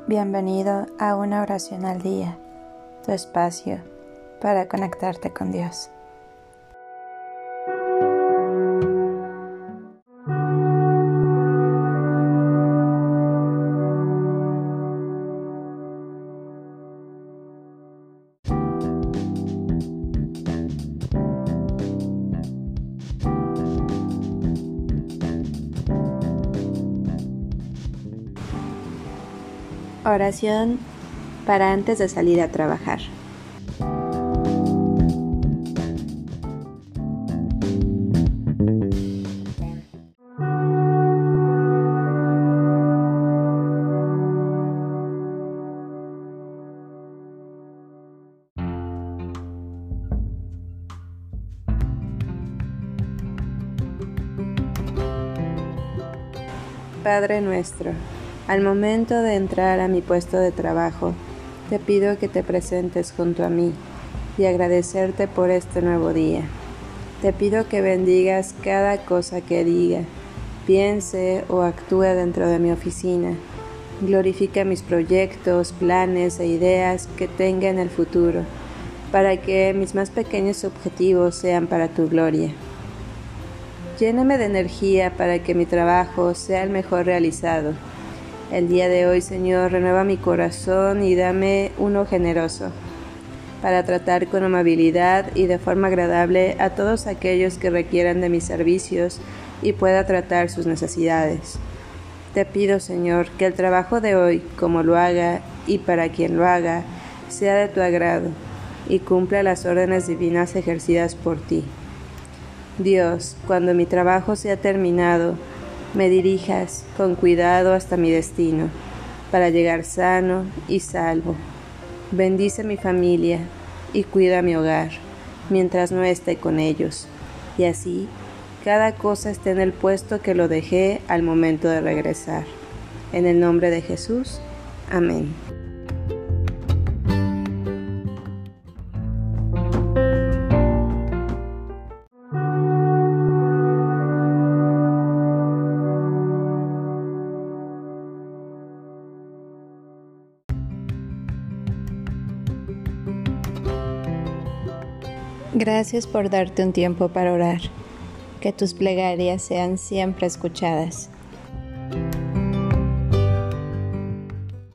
Bienvenido a una oración al día, tu espacio para conectarte con Dios. Oración para antes de salir a trabajar. Padre nuestro, al momento de entrar a mi puesto de trabajo, te pido que te presentes junto a mí y agradecerte por este nuevo día. Te pido que bendigas cada cosa que diga, piense o actúe dentro de mi oficina. Glorifica mis proyectos, planes e ideas que tenga en el futuro, para que mis más pequeños objetivos sean para tu gloria. Lléname de energía para que mi trabajo sea el mejor realizado. El día de hoy, Señor, renueva mi corazón y dame uno generoso, para tratar con amabilidad y de forma agradable a todos aquellos que requieran de mis servicios y pueda tratar sus necesidades. Te pido, Señor, que el trabajo de hoy, como lo haga y para quien lo haga, sea de tu agrado y cumpla las órdenes divinas ejercidas por ti. Dios, cuando mi trabajo sea terminado, me dirijas con cuidado hasta mi destino, para llegar sano y salvo. Bendice mi familia y cuida mi hogar, mientras no esté con ellos, y así cada cosa esté en el puesto que lo dejé al momento de regresar. En el nombre de Jesús, amén. Gracias por darte un tiempo para orar. Que tus plegarias sean siempre escuchadas.